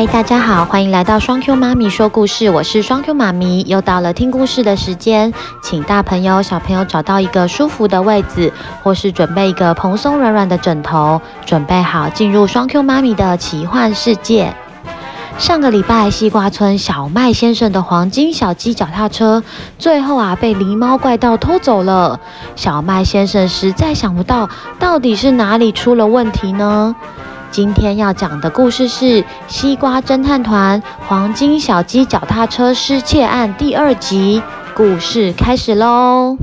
嗨，大家好，欢迎来到双 Q 妈咪说故事，我是双 Q 妈咪，又到了听故事的时间，请大朋友小朋友找到一个舒服的位置，或是准备一个蓬松软软的枕头，准备好进入双 Q 妈咪的奇幻世界。上个礼拜，西瓜村小麦先生的黄金小鸡脚踏车，最后被狸猫怪盗偷走了。小麦先生实在想不到，到底是哪里出了问题呢？今天要讲的故事是《西瓜侦探团黄金小鸡脚踏车失窃案》第2集，故事开始喽！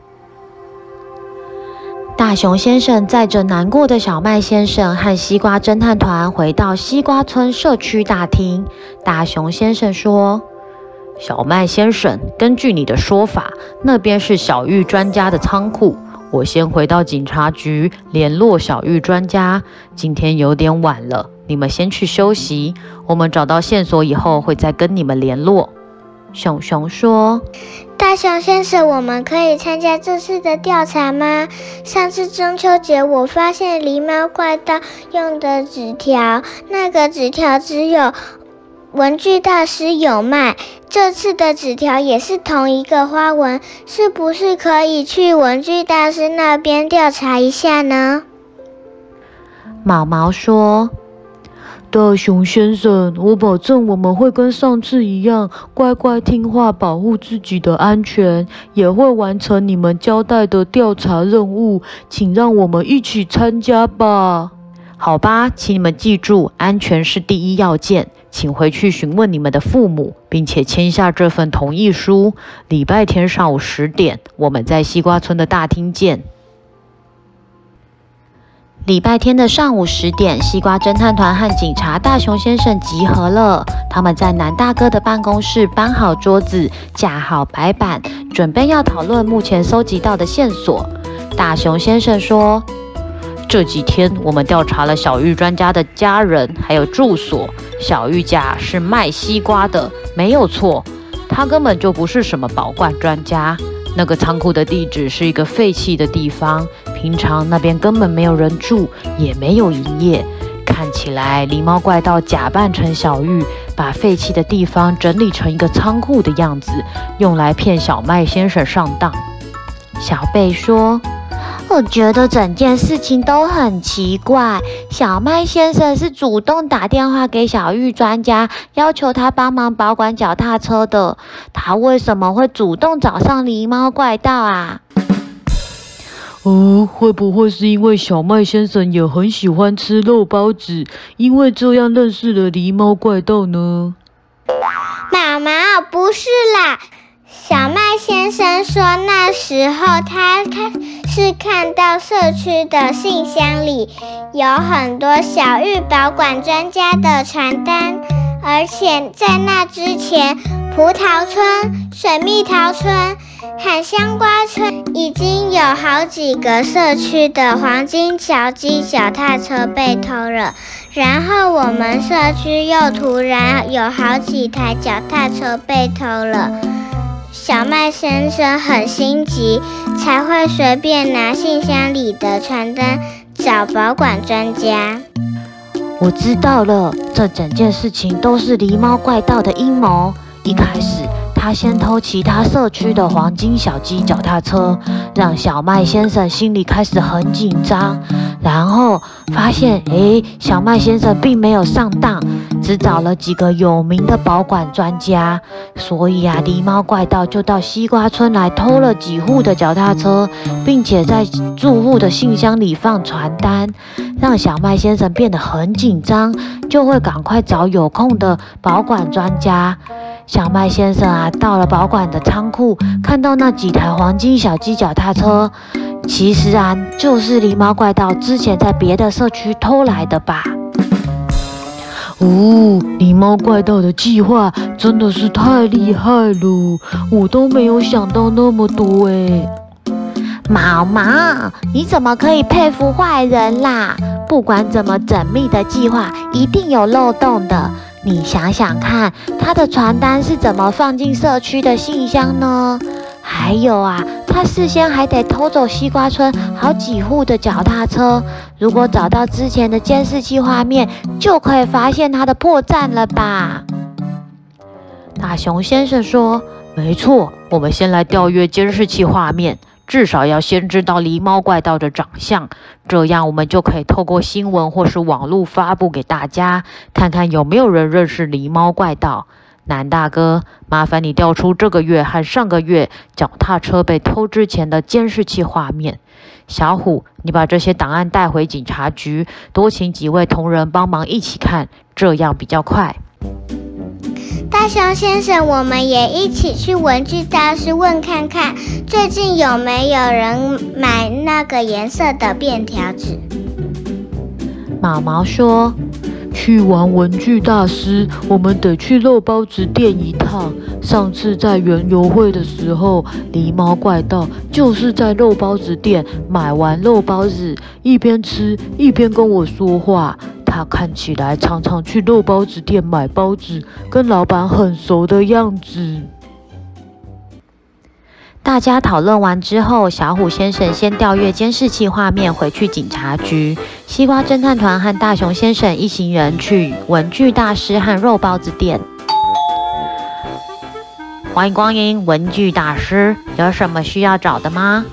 大熊先生载着难过的小麦先生和西瓜侦探团回到西瓜村社区大厅。大熊先生说：“小麦先生，根据你的说法，那边是小玉专家的仓库。我先回到警察局联络小玉专家。今天有点晚了，你们先去休息。我们找到线索以后会再跟你们联络。”熊熊说：“ 大熊先生，我们可以参加这次的调查吗？上次中秋节我发现狸猫怪盗用的纸条，那个纸条只有文具大师有卖，这次的纸条也是同一个花纹，是不是可以去文具大师那边调查一下呢？” 毛毛说：“大熊先生，我保证我们会跟上次一样，乖乖听话，保护自己的安全，也会完成你们交代的调查任务，请让我们一起参加吧。”好吧，请你们记住，安全是第一要件，请回去询问你们的父母，并且签下这份同意书。礼拜天上午10点，我们在西瓜村的大厅见。礼拜天的上午10点，西瓜侦探团和警察大熊先生集合了。他们在南大哥的办公室搬好桌子，架好白板，准备要讨论目前搜集到的线索。大熊先生说：“这几天我们调查了小玉专家的家人还有住所，小玉家是卖西瓜的，没有错，他根本就不是什么保管专家。那个仓库的地址是一个废弃的地方，平常那边根本没有人住，也没有营业。看起来狸猫怪盗假扮成小玉，把废弃的地方整理成一个仓库的样子，用来骗小麦先生上当。”小贝说：“我觉得整件事情都很奇怪，小麦先生是主动打电话给小玉专家，要求他帮忙保管脚踏车的，他为什么会主动找上狸猫怪盗啊？” 会不会是因为小麦先生也很喜欢吃肉包子，因为这样认识了狸猫怪盗呢？ 毛毛，不是啦，小麦先生说那时候他是看到社区的信箱里有很多小玉保管专家的传单，而且在那之前，葡萄村、水蜜桃村和香瓜村已经有好几个社区的黄金小鸡脚踏车被偷了，然后我们社区又突然有好几台脚踏车被偷了。小麦先生很心急，才会随便拿信箱里的传单找保管专家。 我知道了，这整件事情都是狸猫怪盗的阴谋。一开始他先偷其他社区的黄金小鸡脚踏车，让小麦先生心里开始很紧张，然后发现小麦先生并没有上当，只找了几个有名的保管专家，所以狸猫怪盗就到西瓜村来偷了几户的脚踏车，并且在住户的信箱里放传单，让小麦先生变得很紧张，就会赶快找有空的保管专家。小麦先生到了保管的仓库，看到那几台黄金小鸡脚踏车，其实就是狸猫怪盗之前在别的社区偷来的吧。 狸猫怪盗的计划真的是太厉害了，我都没有想到那么多毛毛，你怎么可以佩服坏人啦？不管怎么缜密的计划，一定有漏洞的。你想想看，他的传单是怎么放进社区的信箱呢？还有他事先还得偷走西瓜村好几户的脚踏车。如果找到之前的监视器画面，就可以发现他的破绽了吧？大熊先生说：“没错，我们先来调阅监视器画面，至少要先知道狸猫怪盗的长相，这样我们就可以透过新闻或是网络发布给大家，看看有没有人认识狸猫怪盗。南大哥，麻烦你调出这个月和上个月脚踏车被偷之前的监视器画面。小虎，你把这些档案带回警察局，多请几位同仁帮忙一起看，这样比较快。” 大熊先生，我们也一起去文具大师问看看，最近有没有人买那个颜色的便条纸？ 毛毛说：“ 去完文具大师，我们得去肉包子店一趟。上次在园游会的时候，狸猫怪盗就是在肉包子店买完肉包子，一边吃一边跟我说话。他看起来常常去肉包子店买包子，跟老板很熟的样子。” 大家讨论完之后，小虎先生先调阅监视器画面回去警察局。西瓜侦探团和大熊先生一行人去文具大师和肉包子店。欢迎光临文具大师，有什么需要找的吗？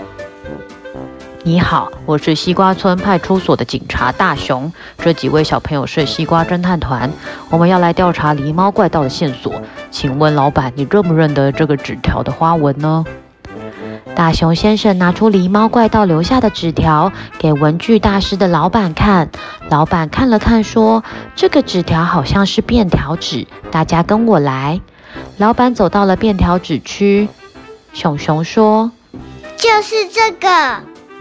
你好，我是西瓜村派出所的警察大熊，这几位小朋友是西瓜侦探团，我们要来调查狸猫怪盗的线索。请问老板，你认不认得这个纸条的花纹呢？大熊先生拿出狸猫怪盗留下的纸条给文具大师的老板看，老板看了看说：“这个纸条好像是便条纸，大家跟我来。”老板走到了便条纸区，熊熊说：“ 就是这个。”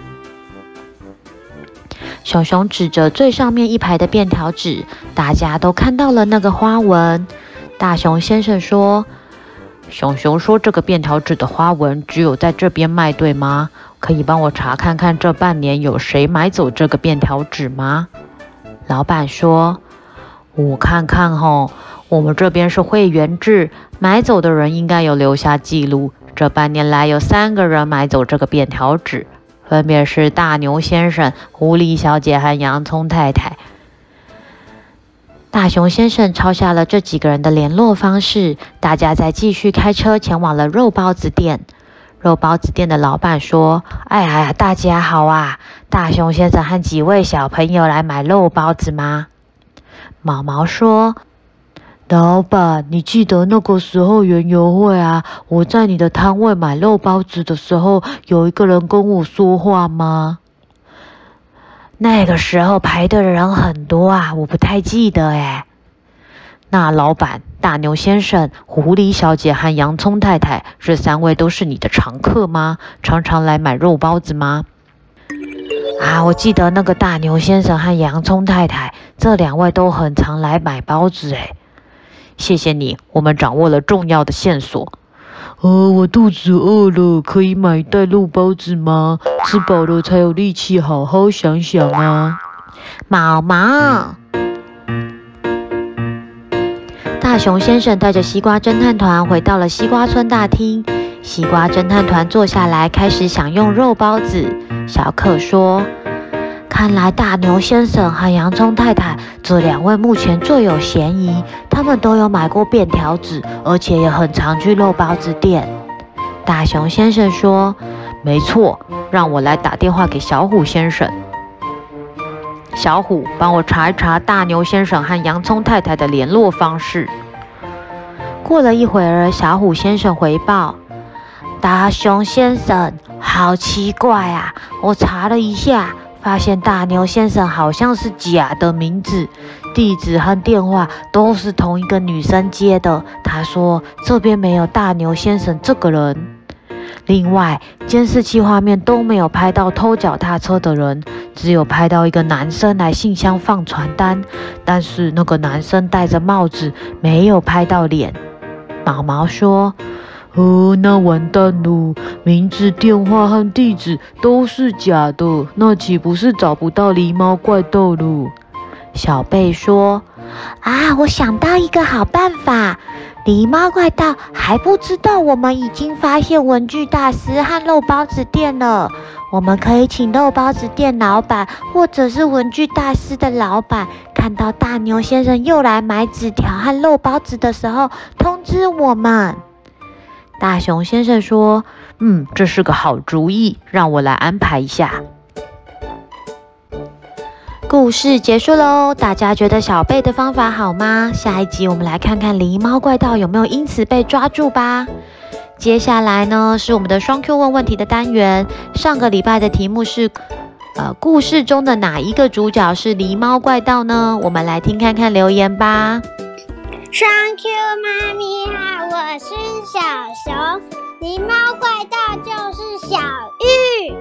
熊熊指着最上面一排的便条纸，大家都看到了那个花纹。大熊先生说：“熊熊说这个便条纸的花纹只有在这边卖，对吗？可以帮我查看看这半年有谁买走这个便条纸吗？”老板说：“我看看吼，我们这边是会员制，买走的人应该有留下记录。这半年来有3个人买走这个便条纸。分别是大牛先生、狐狸小姐和洋葱太太。”大熊先生抄下了这几个人的联络方式，大家再继续开车前往了肉包子店。肉包子店的老板说：“哎呀，大家好啊！大熊先生和几位小朋友来买肉包子吗？”毛毛说：“ 老板，你记得那个时候园游会啊，我在你的摊位买肉包子的时候，有一个人跟我说话吗？” 那个时候排队的人很多啊，我不太记得哎。那老板，大牛先生、狐狸小姐和洋葱太太这3位都是你的常客吗？常常来买肉包子吗？啊，我记得那个大牛先生和洋葱太太这2位都很常来买包子哎。谢谢你，我们掌握了重要的线索。 我肚子饿了，可以买一袋肉包子吗？吃饱了才有力气好好想想啊。 毛毛。大熊先生带着西瓜侦探团回到了西瓜村大厅，西瓜侦探团坐下来开始享用肉包子。小可说：“看来大牛先生和洋葱太太这2位目前最有嫌疑，他们都有买过便条纸，而且也很常去肉包子店。”大熊先生说：“ 没错，让我来打电话给小虎先生。小虎，帮我查一查大牛先生和洋葱太太的联络方式。” 过了一会儿，小虎先生回报：“大熊先生，好奇怪啊，我查了一下，发现大牛先生好像是假的名字，地址和电话都是同一个女生接的。他说这边没有大牛先生这个人。另外，监视器画面都没有拍到偷脚踏车的人，只有拍到一个男生来信箱放传单，但是那个男生戴着帽子，没有拍到脸。”毛毛说：“ 那完蛋了，名字、电话和地址都是假的，那岂不是找不到狸猫怪盗了？” 小贝说：“我想到一个好办法，狸猫怪盗还不知道我们已经发现文具大师和肉包子店了。我们可以请肉包子店老板或者是文具大师的老板，看到大牛先生又来买纸条和肉包子的时候，通知我们。”大熊先生说：“这是个好主意，让我来安排一下。”故事结束喽，大家觉得小贝的方法好吗？下一集我们来看看狸猫怪盗有没有因此被抓住吧。接下来呢，是我们的双 Q 问问题的单元。上个礼拜的题目是故事中的哪一个主角是狸猫怪盗呢？我们来听看看留言吧。 双 Q 妈咪好，我是小熊，狸猫怪盗就是小玉。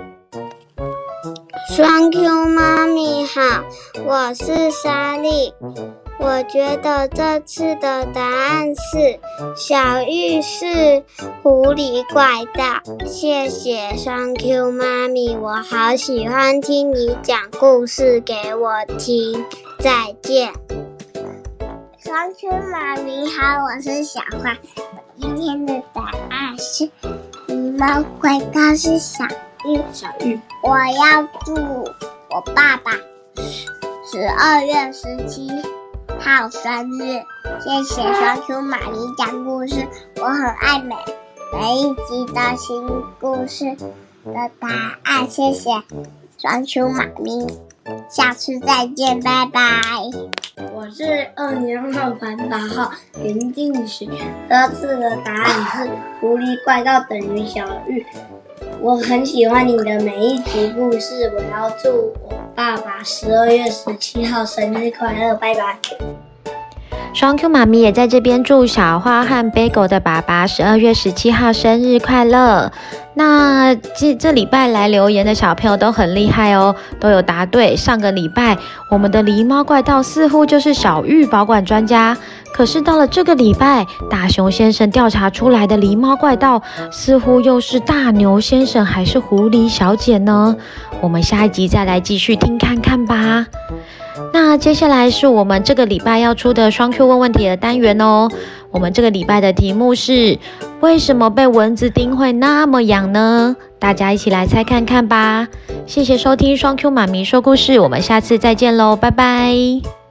双 Q 妈咪好，我是莎莉。我觉得这次的答案是小玉是狐狸怪盗。谢谢双 Q 妈咪，我好喜欢听你讲故事给我听。再见。双 Q 妈咪好，我是小花。今天的答案是狸猫怪盗是小玉。我要祝我爸爸12月17号生日。谢谢双 Q 妈咪讲故事，我很爱每一集的新故事的答案。谢谢双 Q 妈咪，下次再见，拜拜。 我是2年号班8号林静许，这次的答案是狐狸怪盗等于小玉。我很喜欢你的每一集故事，我要祝我爸爸12月17号生日快乐，拜拜。 双 Q 妈咪也在这边祝小花和贝狗的爸爸12月17号生日快乐。那这礼拜来留言的小朋友都很厉害哦，都有答对。上个礼拜我们的狸猫怪盗似乎就是小玉保管专家，可是到了这个礼拜，大熊先生调查出来的狸猫怪盗似乎又是大牛先生还是狐狸小姐呢？我们下一集再来继续听看看吧。那接下来是我们这个礼拜要出的双 Q 问问题的单元哦。我们这个礼拜的题目是：为什么被蚊子叮会那么痒呢？大家一起来猜看看吧。谢谢收听双 Q 妈咪说故事，我们下次再见喽，拜拜。